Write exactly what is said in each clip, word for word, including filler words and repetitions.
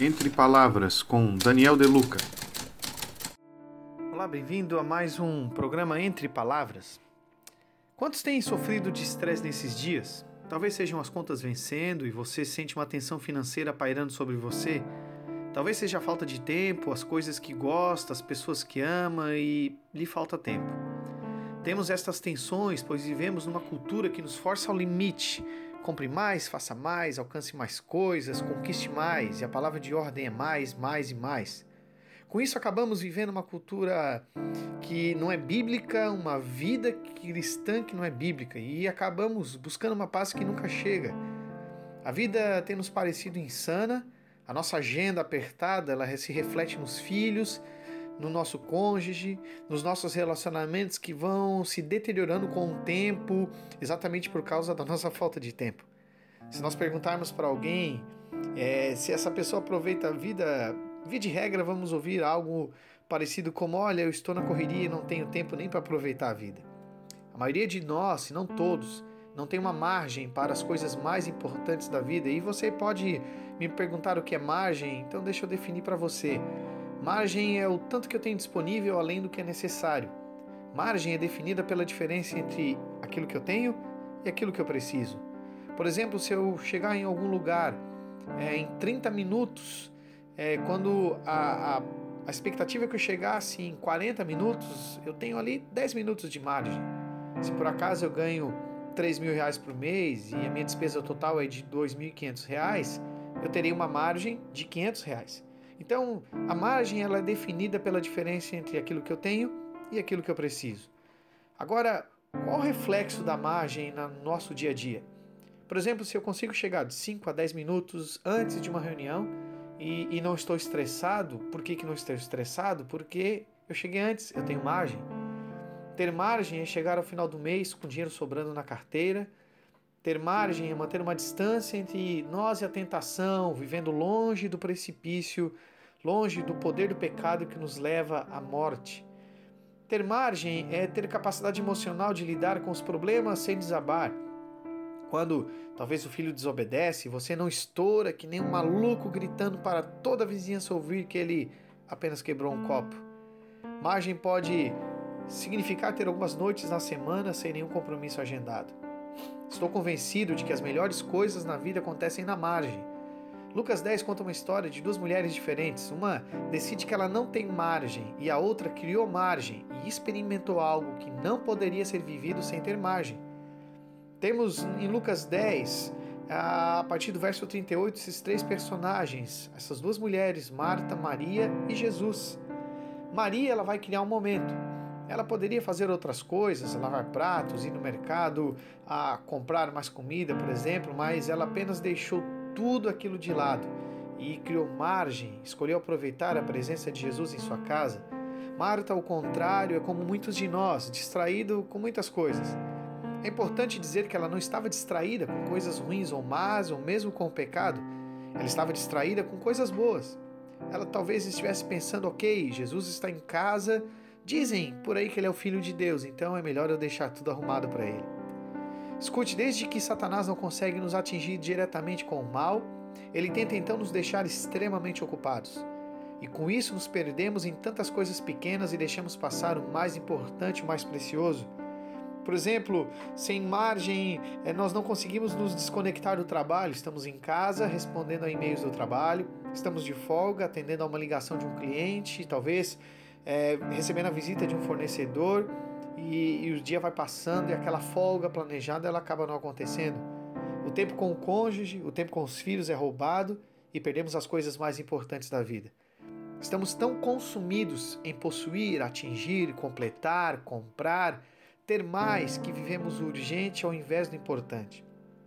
Entre Palavras, com Daniel De Luca. Olá, bem-vindo a mais um programa Entre Palavras. Quantos têm sofrido de estresse nesses dias? Talvez sejam as contas vencendo e você sente uma tensão financeira pairando sobre você. Talvez seja a falta de tempo, as coisas que gosta, as pessoas que ama e lhe falta tempo. Temos estas tensões, pois vivemos numa cultura que nos força ao limite. Compre mais, faça mais, alcance mais coisas, conquiste mais, e a palavra de ordem é mais, mais e mais. Com isso, acabamos vivendo uma cultura que não é bíblica, uma vida cristã que não é bíblica, e acabamos buscando uma paz que nunca chega. A vida tem nos parecido insana, a nossa agenda apertada, ela se reflete nos filhos, no nosso cônjuge, nos nossos relacionamentos que vão se deteriorando com o tempo, exatamente por causa da nossa falta de tempo. Se nós perguntarmos para alguém é, se essa pessoa aproveita a vida, via de regra vamos ouvir algo parecido como: olha, eu estou na correria e não tenho tempo nem para aproveitar a vida. A maioria de nós, se não todos, não tem uma margem para as coisas mais importantes da vida. E você pode me perguntar o que é margem, então deixa eu definir para você. Margem é o tanto que eu tenho disponível além do que é necessário. Margem é definida pela diferença entre aquilo que eu tenho e aquilo que eu preciso. Por exemplo, se eu chegar em algum lugar é, em trinta minutos, é, quando a, a, a expectativa é que eu chegasse em quarenta minutos, eu tenho ali dez minutos de margem. Se por acaso eu ganho três mil reais por mês e a minha despesa total é de dois mil e quinhentos reais, eu terei uma margem de quinhentos reais. Então, a margem ela é definida pela diferença entre aquilo que eu tenho e aquilo que eu preciso. Agora, qual o reflexo da margem no nosso dia a dia? Por exemplo, se eu consigo chegar de cinco a dez minutos antes de uma reunião e, e não estou estressado, por que, que não estou estressado? Porque eu cheguei antes, eu tenho margem. Ter margem é chegar ao final do mês com dinheiro sobrando na carteira. Ter margem é manter uma distância entre nós e a tentação, vivendo longe do precipício, longe do poder do pecado que nos leva à morte. Ter margem é ter capacidade emocional de lidar com os problemas sem desabar. Quando talvez o filho desobedece, você não estoura que nem um maluco gritando para toda a vizinhança ouvir que ele apenas quebrou um copo. Margem pode significar ter algumas noites na semana sem nenhum compromisso agendado. Estou convencido de que as melhores coisas na vida acontecem na margem. Lucas dez conta uma história de duas mulheres diferentes. Uma decide que ela não tem margem e a outra criou margem e experimentou algo que não poderia ser vivido sem ter margem. Temos em Lucas dez, a partir do verso trinta e oito, esses três personagens, essas duas mulheres, Marta, Maria e Jesus. Maria ela vai criar um momento. Ela poderia fazer outras coisas, lavar pratos, ir no mercado, a comprar mais comida, por exemplo, mas ela apenas deixou tudo aquilo de lado e criou margem, escolheu aproveitar a presença de Jesus em sua casa. Marta, ao contrário, é como muitos de nós, distraído com muitas coisas. É importante dizer que ela não estava distraída com coisas ruins ou más, ou mesmo com o pecado. Ela estava distraída com coisas boas. Ela talvez estivesse pensando: ok, Jesus está em casa, dizem por aí que ele é o Filho de Deus, então é melhor eu deixar tudo arrumado para ele. Escute, desde que Satanás não consegue nos atingir diretamente com o mal, ele tenta então nos deixar extremamente ocupados. E com isso nos perdemos em tantas coisas pequenas e deixamos passar o mais importante, o mais precioso. Por exemplo, sem margem, nós não conseguimos nos desconectar do trabalho. Estamos em casa, respondendo a e-mails do trabalho, estamos de folga, atendendo a uma ligação de um cliente, talvez É, recebendo a visita de um fornecedor e, e o dia vai passando e aquela folga planejada ela acaba não acontecendo. O tempo com o cônjuge, o tempo com os filhos é roubado e perdemos as coisas mais importantes da vida. Estamos tão consumidos em possuir, atingir, completar, comprar, ter mais que vivemos o urgente ao invés do importante.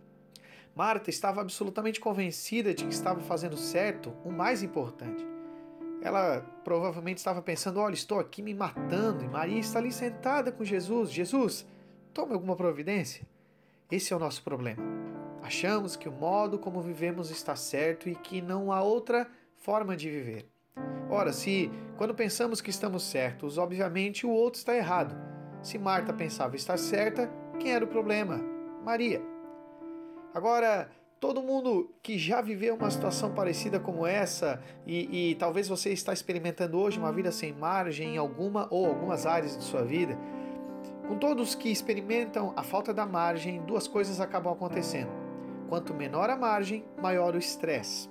Marta estava absolutamente convencida de que estava fazendo certo o mais importante. Ela provavelmente estava pensando: olha, estou aqui me matando e Maria está ali sentada com Jesus. Jesus, tome alguma providência. Esse é o nosso problema. Achamos que o modo como vivemos está certo e que não há outra forma de viver. Ora, se quando pensamos que estamos certos, obviamente o outro está errado. Se Marta pensava estar certa, quem era o problema? Maria. Agora, Todo mundo que já viveu uma situação parecida como essa e, e talvez você está experimentando hoje uma vida sem margem em alguma ou algumas áreas de sua vida, com todos que experimentam a falta da margem, duas coisas acabam acontecendo. Quanto menor a margem, maior o estresse.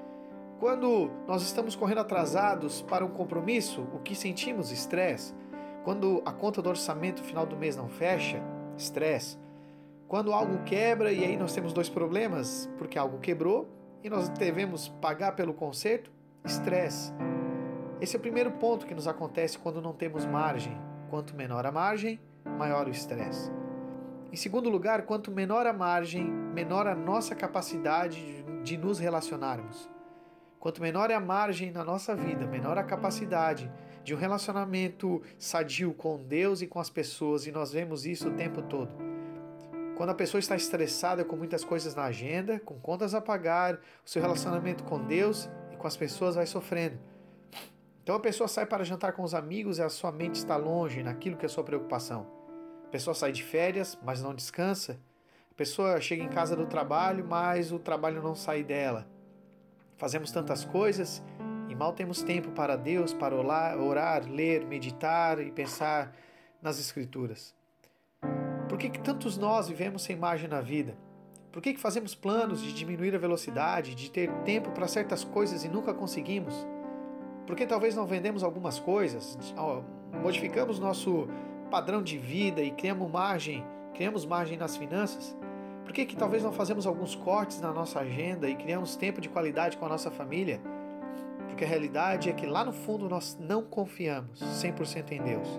Quando nós estamos correndo atrasados para um compromisso, o que sentimos? Estresse. Quando a conta do orçamento final do mês não fecha, estresse. Quando algo quebra e aí nós temos dois problemas, porque algo quebrou e nós devemos pagar pelo conserto, estresse. Esse é o primeiro ponto que nos acontece quando não temos margem. Quanto menor a margem, maior o estresse. Em segundo lugar, quanto menor a margem, menor a nossa capacidade de nos relacionarmos. Quanto menor é a margem na nossa vida, menor a capacidade de um relacionamento sadio com Deus e com as pessoas, e nós vemos isso o tempo todo. Quando a pessoa está estressada com muitas coisas na agenda, com contas a pagar, o seu relacionamento com Deus e com as pessoas vai sofrendo. Então a pessoa sai para jantar com os amigos e a sua mente está longe naquilo que é a sua preocupação. A pessoa sai de férias, mas não descansa. A pessoa chega em casa do trabalho, mas o trabalho não sai dela. Fazemos tantas coisas e mal temos tempo para Deus, para orar, orar, ler, meditar e pensar nas Escrituras. Por que que tantos nós vivemos sem margem na vida? Por que que fazemos planos de diminuir a velocidade, de ter tempo para certas coisas e nunca conseguimos? Por que talvez não vendemos algumas coisas, modificamos nosso padrão de vida e criamos margem, criamos margem nas finanças? Por que que talvez não fazemos alguns cortes na nossa agenda e criamos tempo de qualidade com a nossa família? Porque a realidade é que lá no fundo nós não confiamos cem por cento em Deus.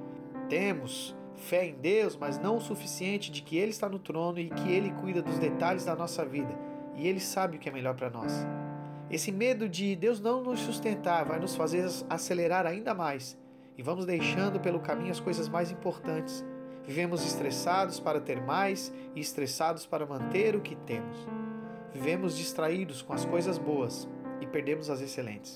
Temos fé em Deus, mas não o suficiente de que Ele está no trono e que Ele cuida dos detalhes da nossa vida. E Ele sabe o que é melhor para nós. Esse medo de Deus não nos sustentar vai nos fazer acelerar ainda mais. E vamos deixando pelo caminho as coisas mais importantes. Vivemos estressados para ter mais e estressados para manter o que temos. Vivemos distraídos com as coisas boas e perdemos as excelentes.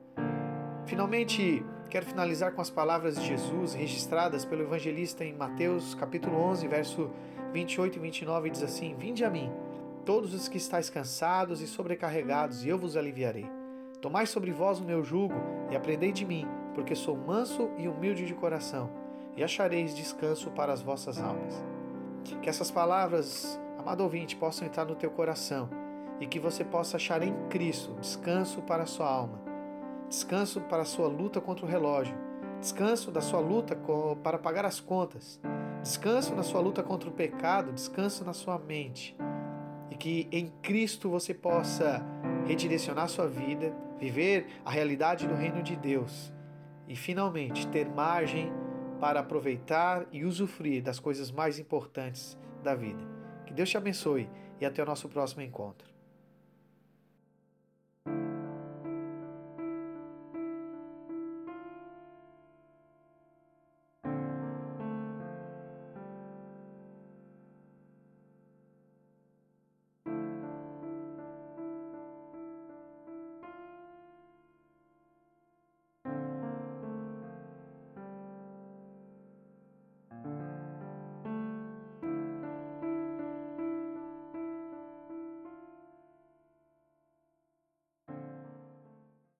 Finalmente, quero finalizar com as palavras de Jesus registradas pelo evangelista em Mateus capítulo onze, verso vinte e oito e vinte e nove, diz assim: Vinde a mim, todos os que estáis cansados e sobrecarregados, e eu vos aliviarei. Tomai sobre vós o meu jugo e aprendei de mim, porque sou manso e humilde de coração, e achareis descanso para as vossas almas. Que essas palavras, amado ouvinte, possam entrar no teu coração e que você possa achar em Cristo descanso para a sua alma, descanso para a sua luta contra o relógio, descanso da sua luta para pagar as contas, descanso na sua luta contra o pecado, descanso na sua mente. E que em Cristo você possa redirecionar sua vida, viver a realidade do reino de Deus e finalmente ter margem para aproveitar e usufruir das coisas mais importantes da vida. Que Deus te abençoe e até o nosso próximo encontro.